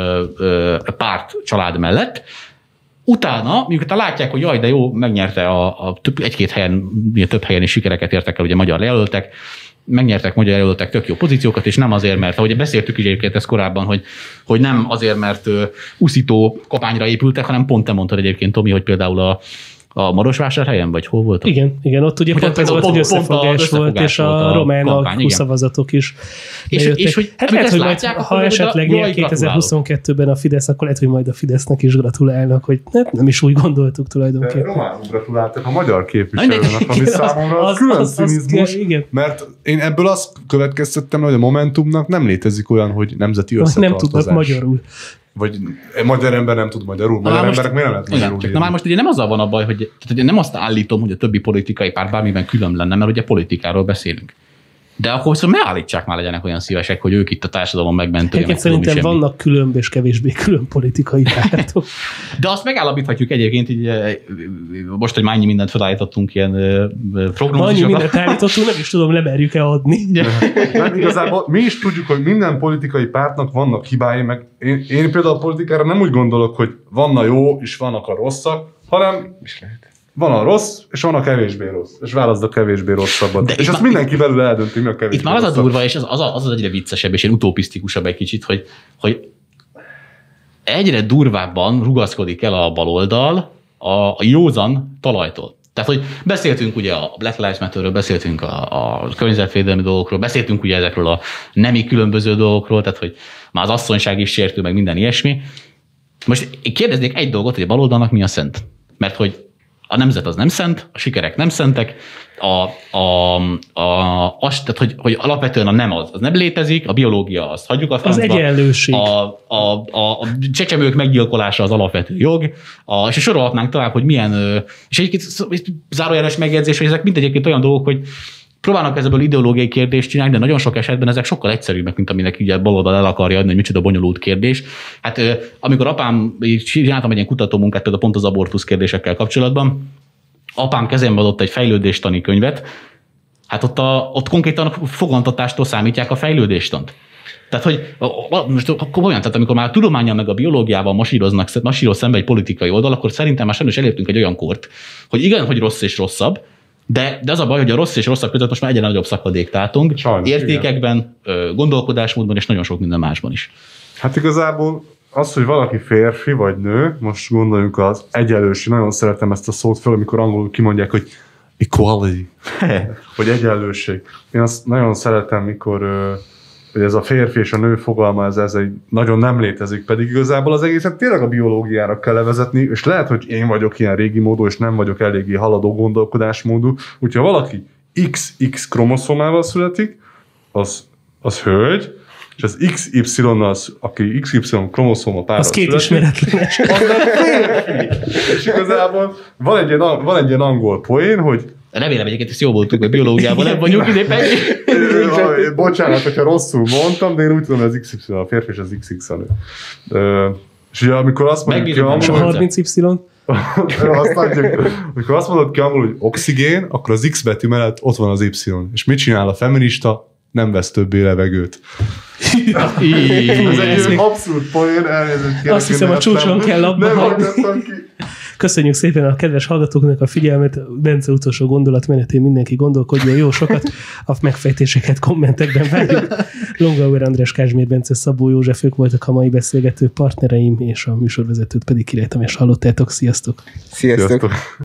párt család mellett, utána, miután látják, hogy jaj, de jó, megnyerte egy-két helyen, több helyen is sikereket értek el ugye magyar jelöltek, megnyertek magyar jelöltek tök jó pozíciókat, és nem azért, mert ahogy beszéltük is egyébként ezt korábban, hogy nem azért, mert uszító kapányra épültek, hanem pont te mondtad egyébként, Tomi, hogy például a Marosvásárhelyen, vagy hol volt? Igen, ott ugye pont ez volt, hogy összefogás volt, és a román alkú szavazatok is. És hogy hát lehet, hogy majd, ha esetleg nyer 2022-ben a Fidesz, akkor lehet, hogy majd a Fidesznek is gratulálnak, hogy nem is úgy gondoltuk tulajdonképpen. De románul gratuláltak a magyar képviselőnek, ami számomra az külön cinizmus, mert én ebből azt következtettem, hogy a Momentumnak nem létezik olyan, hogy nemzeti összetartozás. Nem tudnak magyarul. Vagy magyar ember nem tud magyarul. Magyar emberek miért nem lehet magyarul írni? Na már most ugye nem azzal van a baj, hogy nem azt állítom, hogy a többi politikai párt bármiben külön lenne, mert ugye politikáról beszélünk. De akkor viszont ne állítsák már, legyenek olyan szívesek, hogy ők itt a társadalom megmentője. Egyébként szerintem vannak különb és kevésbé külön politikai pártok. De azt megállapíthatjuk egyébként, így, most, hogy mennyi mindent felállítottunk, ilyen prognózisokat. Annyi mindent állítottunk, nem is tudom, lemerjük-e adni. Mert igazából mi is tudjuk, hogy minden politikai pártnak vannak hibái, meg én például a politikára nem úgy gondolok, hogy vannak jó és vannak a rosszak, hanem van a rossz, és van a kevésbé rossz. És válaszd a kevésbé rosszabbat. És azt mindenki belül eldönti, mi a kevésbé itt már az a durva, és az egyre viccesebb, és ilyen utopisztikusabb egy kicsit, hogy egyre durvábban rugaszkodik el a baloldal a józan talajtól. Tehát, hogy beszéltünk ugye a Black Lives Matterről, beszéltünk a környezetvédelmi dolgokról, beszéltünk ugye ezekről a nemi különböző dolgokról, tehát, hogy már az asszonyság is sértő, meg minden ilyesmi. Most kérdeznék egy dolgot, hogy a baloldalnak mi a szent? Mert hogy A nemzet az nem szent, a sikerek nem szentek, tehát, hogy alapvetően a nem az nem létezik, a biológia azt hagyjuk a francba. Az egyenlőség. A csecsemők meggyilkolása az alapvető jog, és sorolhatnánk tovább, hogy milyen, és egyébként zárójeles megjegyzés, hogy ezek mindegyébként olyan dolgok, hogy próbálnak ebből ideológiai kérdést csinálni, de nagyon sok esetben ezek sokkal egyszerűbbek, mint aminek ugye baloldal el akarja adni, hogy micsoda bonyolult kérdés. Hát amikor apám, csináltam egy ilyen kutatómunkát például pont az abortusz kérdésekkel kapcsolatban, apám kezembe adott egy fejlődéstani könyvet, hát ott konkrétan fogantatástól számítják a fejlődéstant. Tehát, hogy most komolyan, tehát amikor már a tudománnyal meg a biológiával masíroz szembe egy politikai oldal, akkor szerintem már sajnos elértünk egy olyan kort, hogy igen, hogy rossz és rosszabb, de az a baj, hogy a rossz és rosszabb között most már egyre nagyobb szakadék tátong, értékekben, gondolkodásmódban és nagyon sok minden másban is. Hát igazából az, hogy valaki férfi vagy nő, most gondoljunk az egyenlőség, nagyon szeretem ezt a szót föl, amikor angolul kimondják, hogy equality, hogy egyenlőség. Én azt nagyon szeretem, mikor hogy ez a férfi és a nő fogalma, ez egy nagyon nem létezik, pedig igazából az egészet tényleg a biológiára kell levezetni, és lehet, hogy én vagyok ilyen régi módú, és nem vagyok eléggé haladó gondolkodásmódú, úgyha valaki XX kromoszómával születik, az hölgy, és az XY az, aki XY kromoszóma párral az két ismeretlenes. Az férfi. És igazából van egy ilyen angol poén, hogy remélem egyébként ezt jól voltunk, hogy biológiában nem vagyunk idépen. Bocsánat, hogyha rosszul mondtam, de én úgy tudom, hogy az XY a férfi és az XX a nő. És ugye amikor azt mondjuk ki angol, a 30Y? amikor azt mondod ki angol, hogy oxigén, akkor az X betű mellett ott van az Y. És mit csinál a feminista? Nem vesz többé levegőt. Ez egy abszurd poén, elnézést. Azt hiszem, a csúcson kell abba hagyni. Köszönjük szépen a kedves hallgatóknak a figyelmet. Bence utolsó gondolatmenetén mindenki gondolkodjon jó sokat. A megfejtéseket kommentekben várjuk. Longauer András, Kázsmér Bence, Szabó József, ők voltak a mai beszélgető partnereim, és a műsorvezetőt pedig Király Tamás hallottátok. Sziasztok! Sziasztok!